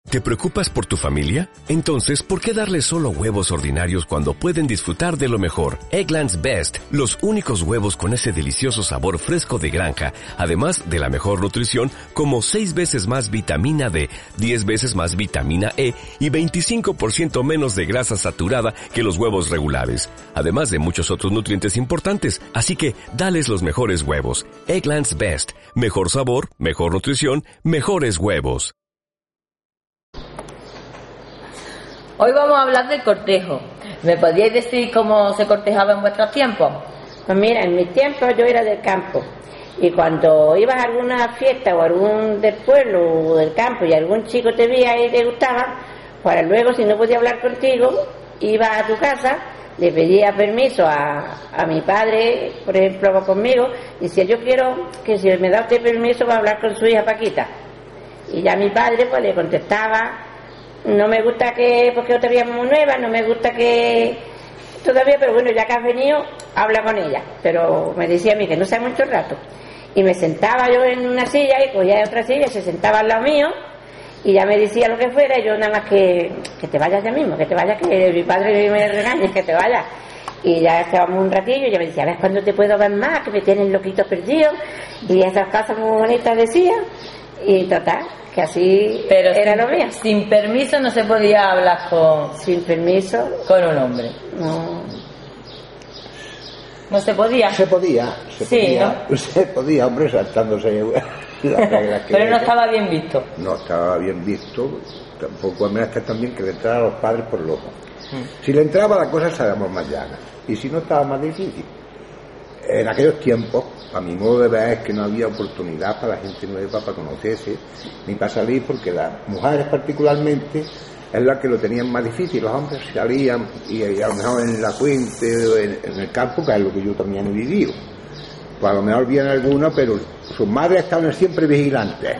¿Te preocupas por tu familia? Entonces, ¿por qué darles solo huevos ordinarios cuando pueden disfrutar de lo mejor? Eggland's Best, los únicos huevos con ese delicioso sabor fresco de granja, además de la mejor nutrición, como 6 veces más vitamina D, 10 veces más vitamina E y 25% menos de grasa saturada que los huevos regulares, además de muchos otros nutrientes importantes. Así que, dales los mejores huevos. Eggland's Best, mejor sabor, mejor nutrición, mejores huevos. Hoy vamos a hablar del cortejo. ¿Me podíais decir cómo se cortejaba en vuestros tiempos? Pues mira, en mis tiempos yo era del campo. Y cuando ibas a alguna fiesta o algún del pueblo o del campo y algún chico te veía y te gustaba, pues luego si no podía hablar contigo, ibas a tu casa, le pedía permiso a mi padre, por ejemplo, conmigo, y decía, yo quiero que si me da usted permiso para hablar con su hija Paquita. Y ya mi padre pues le contestaba, no me gusta que, porque yo te veía muy nueva, no me gusta que todavía, pero bueno, ya que has venido, habla con ella. Pero me decía a mí que no sea mucho rato. Y me sentaba yo en una silla y cogía otra silla, se sentaba al lado mío y ya me decía lo que fuera y yo nada más que te vayas ya mismo, que te vayas, que mi padre me regañe, que te vayas. Y ya estábamos un ratillo y yo me decía, a ver cuándo te puedo ver más, que me tienes loquito perdido. Y esas cosas muy bonitas decía. Y total, que así pero era lo mío. Sin permiso no se podía hablar con... Sin permiso. Con un hombre. No. ¿No se podía? Se podía, ¿no? Se podía, hombre, saltándose las reglas que... Pero no estaba bien visto. No estaba bien visto, tampoco al menos que también que le entrara a los padres por loco. Si le entraba la cosa sabíamos más llana, y si no estaba más difícil. En aquellos tiempos, a mi modo de ver, es que no había oportunidad para la gente nueva para conocerse, ni para salir, porque las mujeres particularmente es la que lo tenían más difícil. Los hombres salían y a lo mejor en la fuente o en el campo, que es lo que yo también he vivido. Pues a lo mejor viene alguno, pero sus madres estaban siempre vigilantes,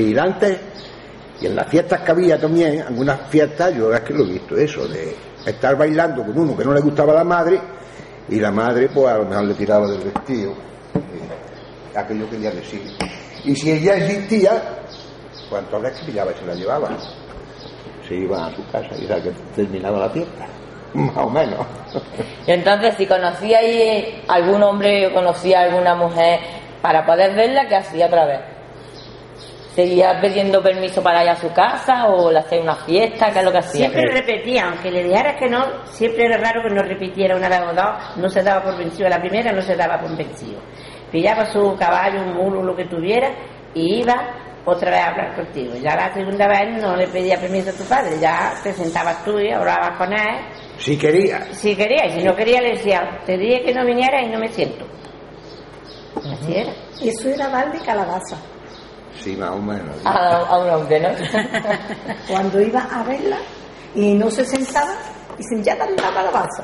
y en las fiestas que había también, algunas fiestas, yo es que lo he visto eso, de estar bailando con uno que no le gustaba a la madre, y la madre pues a lo mejor le tiraba del vestido, aquello quería decir. Y si ella existía, pues entonces que pillaba y se la llevaba. Se iba a su casa y era que terminaba la fiesta, más o menos. Y entonces, si conocíais algún hombre o conocía alguna mujer, para poder verla, ¿qué hacía otra vez? ¿Seguía pidiendo permiso para ir a su casa o le hacía una fiesta? ¿Qué es lo que hacía? Siempre repetía, aunque le dijeras que no, siempre era raro que no repitiera una vez o dos, no se daba por vencido. La primera no se daba por vencido. Pillaba su caballo, un mulo, lo que tuviera, y iba otra vez a hablar contigo. Ya la segunda vez no le pedía permiso a tu padre, ya te sentabas tú y hablabas con él. Si quería. Si quería, y si no quería le decía, te dije que no viniera y no me siento. Así era. Eso era darle calabaza. Sí, más o menos. ¿Sí? A un hombre, ¿no? Cuando iba a verla y no se sentaba, dicen, ya dale la calabaza.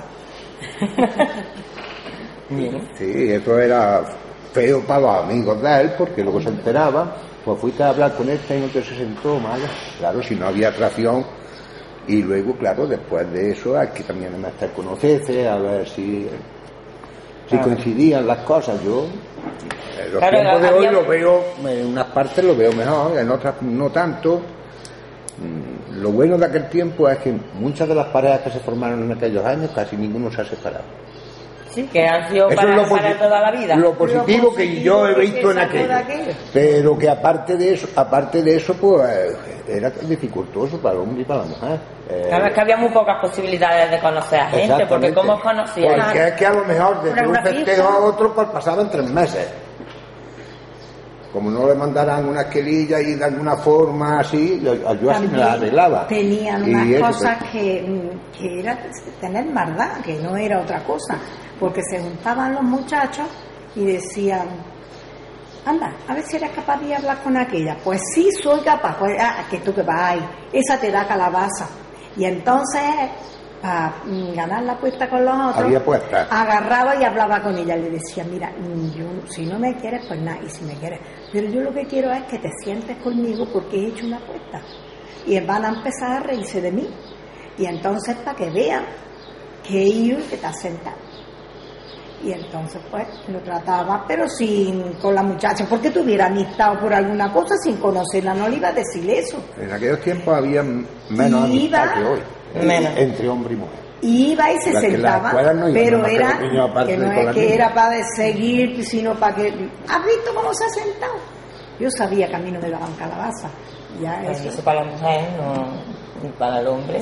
Sí, eso era feo para los amigos de él, porque luego se enteraba, pues fuiste a hablar con esta y no te se sentó mal. Claro, si no había atracción, y luego, claro, después de eso hay que también estar conocerse, a ver si coincidían las cosas. Yo en los tiempos de hoy lo veo, en unas partes lo veo mejor, en otras no tanto. Lo bueno de aquel tiempo es que muchas de las parejas que se formaron en aquellos años casi ninguno se ha separado. Sí, que han sido para toda la vida. Lo positivo que yo he visto en aquello. Pero que aparte de eso, pues era dificultoso para el hombre y para la mujer. Claro, es que había muy pocas posibilidades de conocer a gente, porque ¿cómo os conocíais? Porque es que a lo mejor desde un festejo a otro pues pasaban 3 meses. Como no le mandaran una esquelilla y de alguna forma así, yo así me la arreglaba. Tenían unas cosas que era tener maldad, que no era otra cosa, porque se juntaban los muchachos y decían, anda, a ver si eres capaz de hablar con aquella. Pues sí, soy capaz. Pues, que tú que vas ahí, esa te da calabaza. Y entonces, para ganar la apuesta con los otros, agarraba y hablaba con ella. Le decía, mira, yo, si no me quieres, pues nada, y si me quieres, pero yo lo que quiero es que te sientes conmigo porque he hecho una apuesta. Y van a empezar a reírse de mí. Y entonces, para que vean que ellos que te has sentado. Y entonces pues lo trataba, pero sin con la muchacha, porque tuviera amistad por alguna cosa, sin conocerla, no le iba a decir eso. En aquellos tiempos había menos amistad que hoy, entre hombre y mujer. Iba y se sentaba, pero era que no es que era para seguir, sino para que... ¿Has visto cómo se ha sentado? Yo sabía que a mí no me daban calabaza. Ya eso para la mujer, no, ni para el hombre.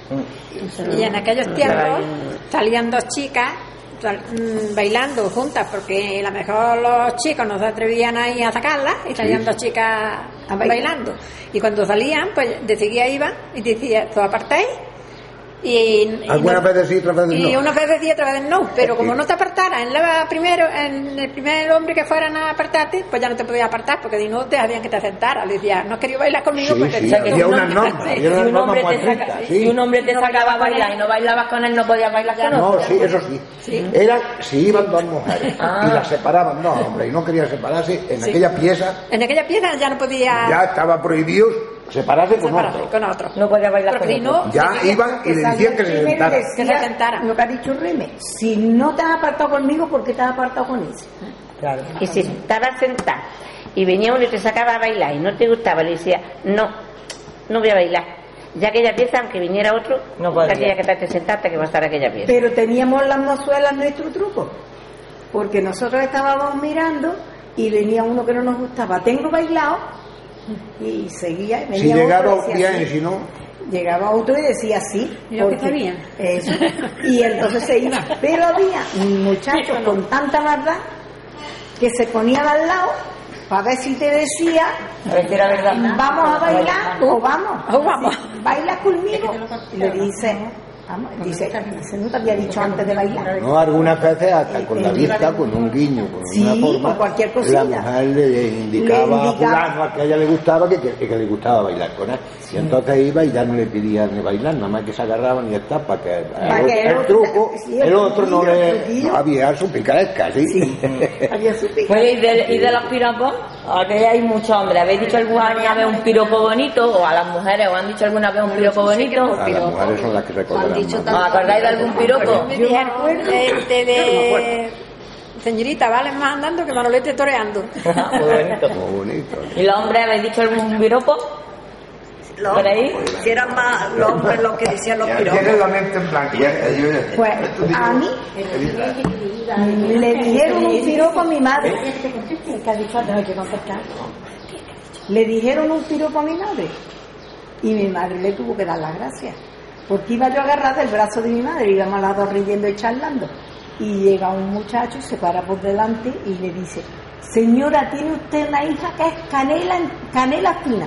Y en aquellos tiempos salían dos chicas bailando juntas, porque a lo mejor los chicos no se atrevían ahí a sacarlas, y salían dos chicas bailando. Y cuando salían, pues de seguida iban y decía, ¿tú apartáis? Algunas veces sí, otras veces no. Y unas veces sí, otras veces no. Pero como no te apartaras en el primer hombre que fueran a apartarte, pues ya no te podías apartar, porque si no te hacían que te sentara. Le decía, ¿no has querido bailar conmigo? Sí, pues sí, había unas normas. Si un hombre te sacaba a bailar y no bailabas con él, no podías bailar con él. No, sí, eso sí. Era si iban dos mujeres y las separaban, no, hombre, y no querían separarse en aquella pieza. En aquella pieza ya no podía. Ya estaba prohibido separarse con otro. No podía bailar porque con otro. Ya iban y le decían que se sentara. Lo que ha dicho Reme, si no te has apartado conmigo, ¿por qué te has apartado con ese? Claro. Y si estabas sentada y venía uno y te sacaba a bailar y no te gustaba, le decía, no voy a bailar. Ya aquella pieza, aunque viniera otro, no tenía que estarte sentada que va a estar aquella pieza. Pero teníamos las mozuelas nuestro truco, porque nosotros estábamos mirando y venía uno que no nos gustaba, tengo bailado, y seguía, venía si llegaba otro, bien sí. Y si no, llegaba otro y decía sí, porque sabían eso, y entonces se iba. Pero había muchachos con tanta maldad que se ponían al lado para ver si te decía, a ver si era verdad, vamos a bailar o vamos, baila conmigo, y le dice, vamos, dice, no te había dicho antes de bailar. No, algunas veces hasta con la vista, con un guiño, con una forma, con cualquier cosilla. la mujer le indicaba a fulano a que a ella le gustaba que le gustaba bailar con él. Y entonces iba y ya no le pedía ni bailar, nada más que se agarraban y ya está, para que el truco, el otro no le había su picaresca, ¿sí? Había su picaresca. Pues, ¿y de los piropos? Aquí hay muchos hombres. ¿Habéis dicho alguna vez un piropo bonito? ¿O a las mujeres os han dicho alguna vez un piropo bonito? A las mujeres son las que recordarán. ¿Os acordáis de algún piropo? Me dijeron de señorita, vale más andando que Manolete toreando. Muy bonito. ¿Y los hombres habéis dicho algún piropo? ¿Por ahí? Si eran más los hombres los que decían los piropos. Tienes la mente en blanco. Pues a mí le dijeron un piropo a mi madre. Le dijeron un piropo a mi madre y mi madre le tuvo que dar las gracias, porque iba yo agarrada del brazo de mi madre, íbamos a las dos riendo y charlando, y llega un muchacho, se para por delante y le dice, señora, tiene usted una hija que es canela fina.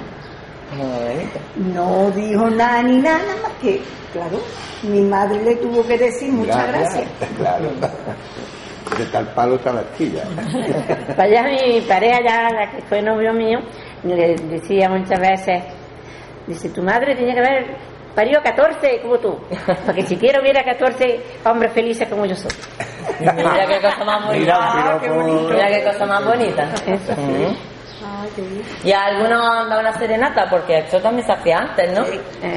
No dijo nada ni nada más que, claro, mi madre le tuvo que decir muchas gracias. Claro. De tal palo tal astilla. Para allá mi pareja, ya la que fue novio mío, le decía muchas veces, dice, tu madre tenía que haber parido 14 como tú, porque si quiero hubiera 14 hombres felices como yo soy. Mira qué cosa más bonita. Mira qué cosa más bonita. ¿Y a algunos han dado una serenata? Porque esto también se hacía antes, ¿no?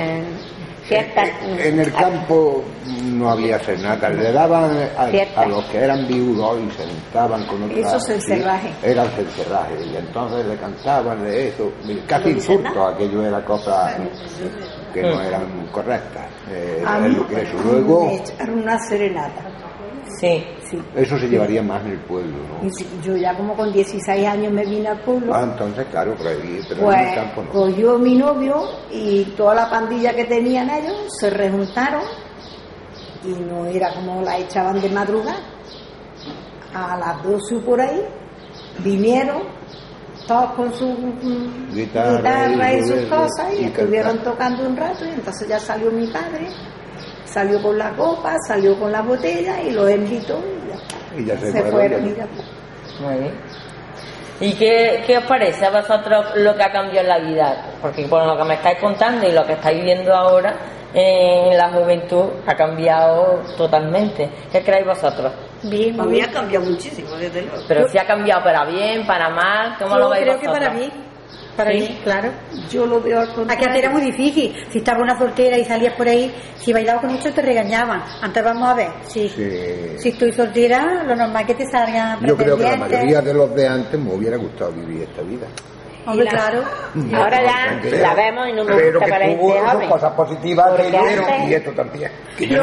En el campo no había serenata, le daban a los que eran viudos y se sentaban con otros. Eso es el cerraje. Era el cerraje, y entonces le cantaban de eso, casi insulto, aquello era cosa que no eran correctas. Luego me echaron una serenata. Sí. Eso se llevaría más en el pueblo, ¿no? Y yo ya como con 16 años me vine al pueblo. Entonces claro, pero pues, en el campo no. Cogió mi novio y toda la pandilla que tenían ellos se rejuntaron y no era como la echaban de madrugada. A las 12 por ahí vinieron todos con su guitarra y sus cosas y estuvieron tocando un rato, y entonces ya salió mi padre. Salió con la copa, salió con la botella y los invitó y ya se fueron. Muy bien. ¿Y qué os parece a vosotros lo que ha cambiado en la vida? Porque por lo que me estáis contando y lo que estáis viendo ahora en la juventud ha cambiado totalmente. ¿Qué creéis vosotros? Bien, a mí ha cambiado muchísimo, desde luego. Pero si ha cambiado para bien, para mal, ¿cómo lo veis vosotros? Yo creo que para bien. para Sí, mí. claro. Yo lo veo al Aquí contrario. antes era muy difícil. Si estabas una soltera y salías por ahí, si bailabas con muchos te regañaban. Antes vamos a ver, si estoy soltera, lo normal es que te salgan Yo creo que la pretendientes. mayoría de los de antes me hubiera gustado vivir esta vida. Hombre, claro. Ahora ya la vemos y no me Pero gusta que para la tuvo gente sus joven. cosas positivas Porque pero antes- y esto también. Que yo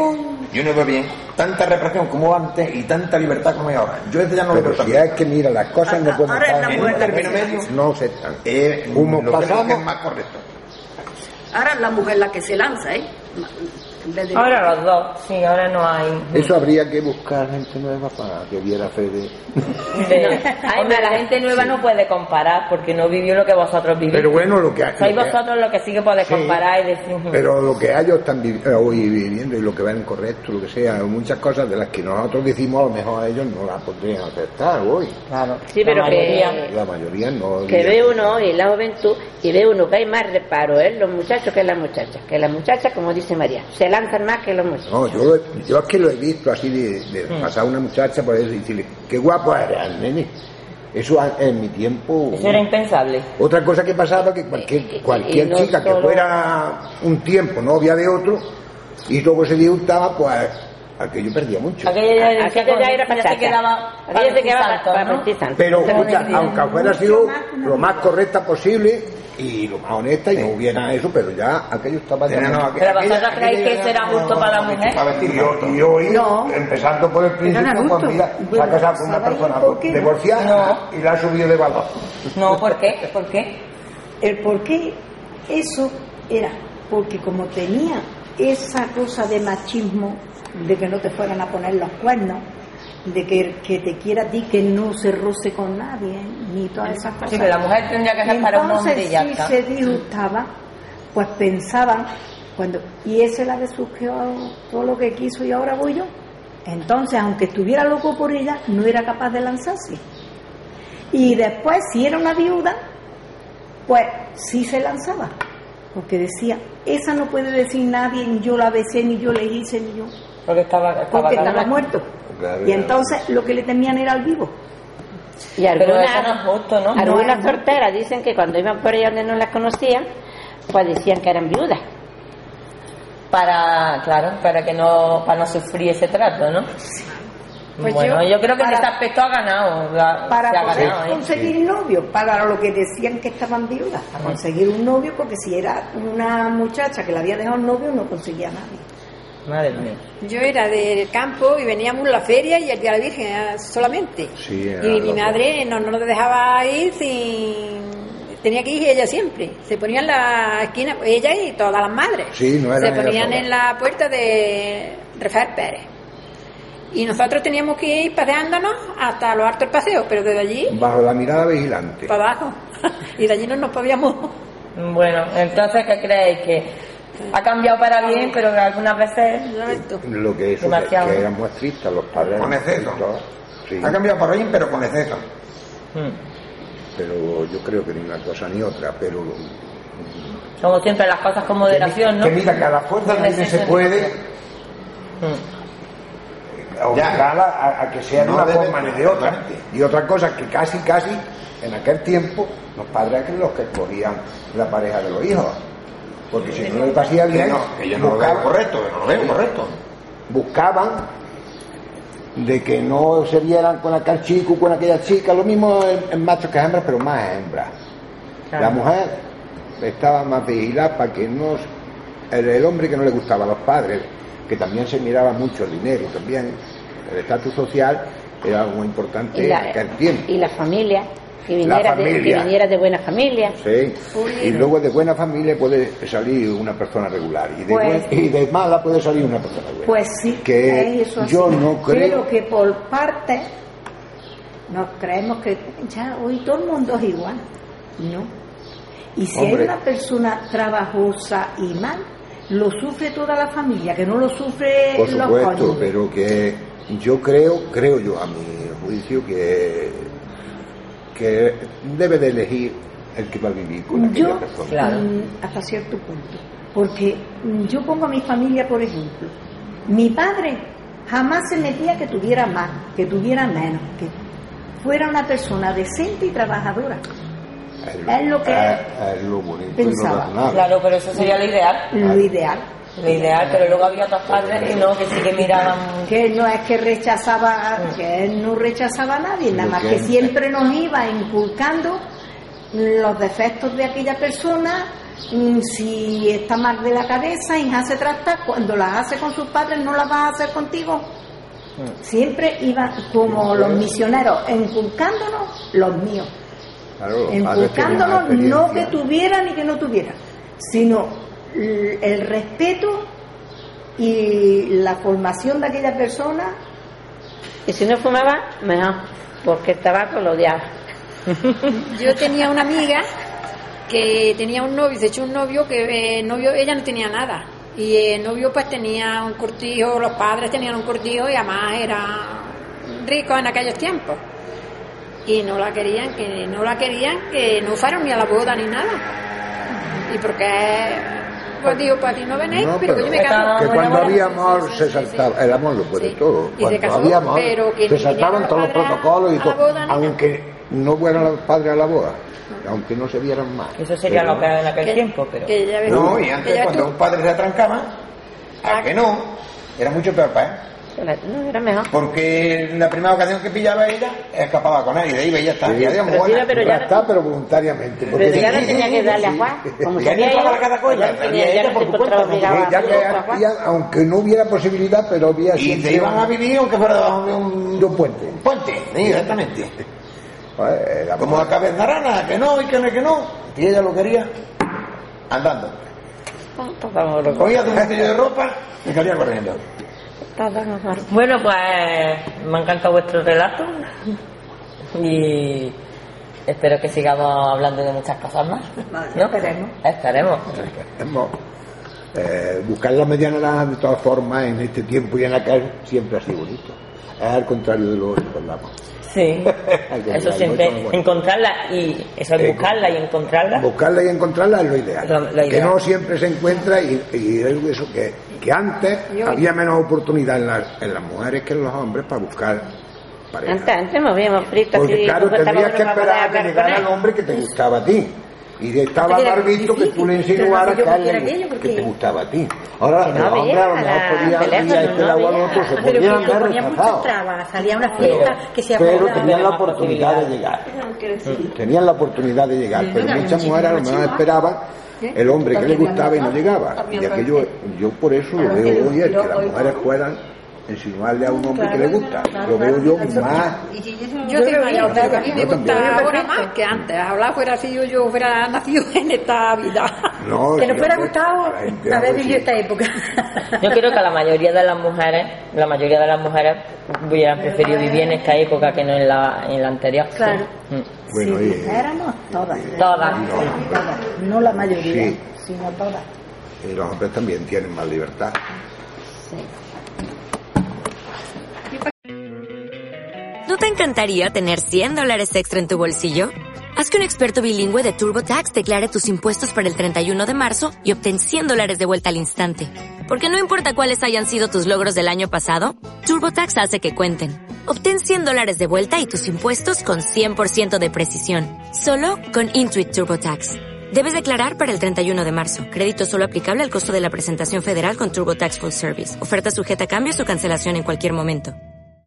no veo bien tanta represión como antes y tanta libertad como hay ahora. Yo desde ya no lo Pero veo si tan es que mira, las cosas no pueden Ahora es la estar En mujer un la que término se medio, no se están. lo Como creo que pasamos, es más correcto. Ahora es la mujer la que se lanza, ¿eh? En vez de... Ahora los dos, sí, ahora no hay. eso habría que buscar gente nueva para que viera Fede. Hombre, la gente nueva no puede comparar porque no vivió lo que vosotros vivís. Pero bueno, lo que hay. Sois vosotros los que sí que podéis Sí, comparar y decir. Pero lo que ellos están hoy viviendo y lo que ven correcto, lo que sea, muchas cosas de las que nosotros decimos, a lo mejor ellos no las podrían aceptar hoy. Claro. Sí, pero La mayoría no. que ve uno hoy en la juventud y ve uno que hay más reparo en los muchachos que en las muchachas. Que las muchachas, como dice María, se lanzan más que los muchachos. No, yo es que lo he visto así de pasar a una muchacha por eso y decirle, qué guapo eres, nene. Eso en mi tiempo. Eso era impensable. Otra cosa que pasaba que cualquier y no chica que solo- fuera un tiempo novia de otro y luego se disgustaba, pues aquello perdía mucho. Aquello ya era Aquello para se quedaba para ¿no? practicar. Pero Pero escucha, bien. aunque fuera sido lo más correcta posible y lo más honesta y no hubiera eso, pero ya aquello estaba ya No, mucho. Pero vosotros creéis que será justo para la mujer. Para vestir Y hoy, No. empezando por el principio, era pues justo. mira, se ha Bueno, casado con una ¿sabéis persona por qué no? divorciada y la ha subido de valor. No, ¿por qué? ¿Por qué? El por qué eso era porque como tenía esa cosa de machismo, de que no te fueran a poner los cuernos, de que te quiera a ti que no se roce con nadie, ni todas esas cosas. Sí, pero la mujer tendría que ser para un hombre y ya Entonces, está. si se disgustaba, pues pensaban, y ese la desusqueó todo lo que quiso y ahora voy yo. Entonces, aunque estuviera loco por ella, no era capaz de lanzarse. Y después, si era una viuda, pues sí se lanzaba, porque decía, esa no puede decir nadie, ni yo la besé, ni yo le hice, ni yo, Porque estaba porque estaba casada. muerto. Claro, Y entonces lo que le temían era al vivo. Y Pero algunas, eso no es justo, ¿no? algunas solteras dicen que cuando iban por ahí donde no las conocían, pues decían que eran viudas. Para que no sufrir ese trato, ¿no? Pues bueno, yo creo que en para- ese aspecto ha ganado. Para se ha poder ganado, ¿eh? conseguir novio, para lo que decían que estaban viudas, para conseguir un novio, porque si era una muchacha que le había dejado un novio, no conseguía nadie. Madre mía. Yo era del campo y veníamos a la feria y el día de la Virgen solamente. Sí, Y mi madre no nos dejaba ir sin... Tenía que ir ella siempre. Se ponía en la esquina, ella y todas las madres. Sí, no eran Se ellas ponían solas. en la puerta de Rafael Pérez. Y nosotros teníamos que ir paseándonos hasta los altos paseos, pero desde allí Bajo la mirada vigilante. para abajo. Y de allí no nos podíamos... Bueno, entonces, ¿qué creéis? Que ha cambiado para bien, pero que algunas veces... Lo que eso, Demasiado. que eran muy estrictas los padres. Con exceso. Sí, Ha cambiado para bien, pero con exceso. pero yo creo que ni una cosa ni otra, pero Como siempre, las cosas con moderación, ¿no? que mira que a la fuerza Sin también se exceso. puede obligarla a que sea de No una debe, forma ni de otra. exactamente. Y otra cosa que casi en aquel tiempo los padres eran los que escogían la pareja de los hijos, porque si no les pasía Que bien, no, que yo no lo veo correcto, que no lo veo correcto. buscaban de que no se vieran con aquel chico, con aquella chica, lo mismo en machos que hembras, pero más hembras. Claro. La mujer estaba más vigilada para que no... El hombre que no le gustaba a los padres, que también se miraba mucho el dinero, también el estatus social era algo muy importante en aquel tiempo. Y la familia, que La viniera, familia. que viniera de buena familia. Sí. Y luego de buena familia puede salir una persona regular y de mala puede salir una persona buena. Pues sí, Que es eso yo así. no creo- Pero que por parte nos creemos que ya hoy todo el mundo es igual. No. Y si Hombre. hay una persona trabajosa y mal, lo sufre toda la familia, que no lo sufre Por los supuesto, cónyuges. pero que yo creo yo a mi juicio que debe de elegir el que va a vivir con aquella Yo, persona. Claro. hasta cierto punto, porque yo pongo a mi familia, por ejemplo, mi padre jamás se metía que tuviera más, que tuviera menos, que fuera una persona decente y trabajadora. Es lo que es lo bonito pensaba. y lo razonable. Claro, pero eso sería lo ideal. Lo ideal. Lo ideal, pero luego había otros padres que no, que sí que miraban. Que no es que rechazaba, que él no rechazaba a nadie, nada más que siempre nos iba inculcando los defectos de aquella persona. Si está mal de la cabeza, hija se trata, cuando las hace con sus padres no las vas a hacer contigo. Siempre iban como los misioneros, inculcándonos los míos. Claro, Inculcándonos no que tuviera ni que no tuviera, sino el respeto y la formación de aquella persona. Y si no fumaba, mejor, porque el tabaco lo odiaba. Yo tenía una amiga que tenía un novio, se echó un novio que ella no tenía nada, y el novio pues tenía un cortijo, los padres tenían un cortijo y además era rico en aquellos tiempos, y no la querían, que no fueron ni a la boda ni nada. Y porque pues digo, pues aquí no venéis, No, pero que yo me caso. que cuando había amor se saltaba, el amor lo puede todo. Y se Cuando casó, había amor pero que se ni saltaban vinieron todos los los padres protocolos y a la todo, boda ni aunque no fueran los padres a la boda, aunque no se vieran más. Eso sería lo que era en aquel tiempo, pero. No, y antes cuando un padre se atrancaba, a que no, era mucho peor para él. No, era mejor. Porque en la primera ocasión que pillaba ella, escapaba con él y de ahí veía estar. Sí, pero ya está, pero voluntariamente. Pero Porque ya no tenía que darle a Juan. Como Ya sabía ni yo, entraba a cada cosa, ya no por se tu cuenta, encontraba obligado a ya hacerlo que a Juan. hacía, aunque no hubiera posibilidad, pero había y siempre se iban a vivir aunque fuera debajo de un puente. puente, sí, exactamente. Era Como a cabeza de rana, que no, y que no, y que no. Y ella lo quería andando. Cogía su bolsillo de ropa y salía corriendo. Bueno, pues me ha encantado vuestro relato y espero que sigamos hablando de muchas cosas más. ¿No? Esperemos. Buscar la mediana de todas formas en este tiempo y en aquel siempre ha sido bonito. Es al contrario de lo que recordamos. Sí, eso siempre, encontrarla y eso es buscarla y encontrarla. Buscarla y encontrarla es lo ideal. Lo ideal. Que no siempre se encuentra y eso que antes había menos oportunidad en las mujeres que en los hombres para buscar pareja. Antes movíamos fritos. Porque claro, tendrías que esperar a que llegara el hombre que te gustaba a ti. Y estaba mal visto que tú le insinuaras que te gustaba a ti. Ahora, los hombres a lo mejor podían ir a este lado al otro, se podían ver rechazados. Salía una fiesta que se Pero tenían la oportunidad de llegar. Tenían la oportunidad de llegar. Pero muchas mujeres a lo mejor esperaban el hombre que le gustaba y no llegaba. Y aquello, yo por eso lo veo hoy, es que las mujeres puedan insinuarle a un hombre que le gusta. Lo veo yo más. Yo te imagino que a mí me gusta ahora más que antes. Ojalá fuera sido yo hubiera nacido en esta vida. No, Que nos fuera gustado haber vivido esta época. Yo creo que la mayoría de las mujeres hubieran preferido vivir en esta época que no en la anterior. Claro. Bueno, Sí, éramos todas. Todas. No la mayoría, Sí. sino todas. Y los hombres también tienen más libertad. ¿No te encantaría tener $100 extra en tu bolsillo? Haz que un experto bilingüe de TurboTax declare tus impuestos para el 31 de marzo y obtén $100 de vuelta al instante. Porque no importa cuáles hayan sido tus logros del año pasado, TurboTax hace que cuenten. Obtén $100 de vuelta y tus impuestos con 100% de precisión. Solo con Intuit TurboTax. Debes declarar para el 31 de marzo. Crédito solo aplicable al costo de la presentación federal con TurboTax Full Service. Oferta sujeta a cambios o cancelación en cualquier momento.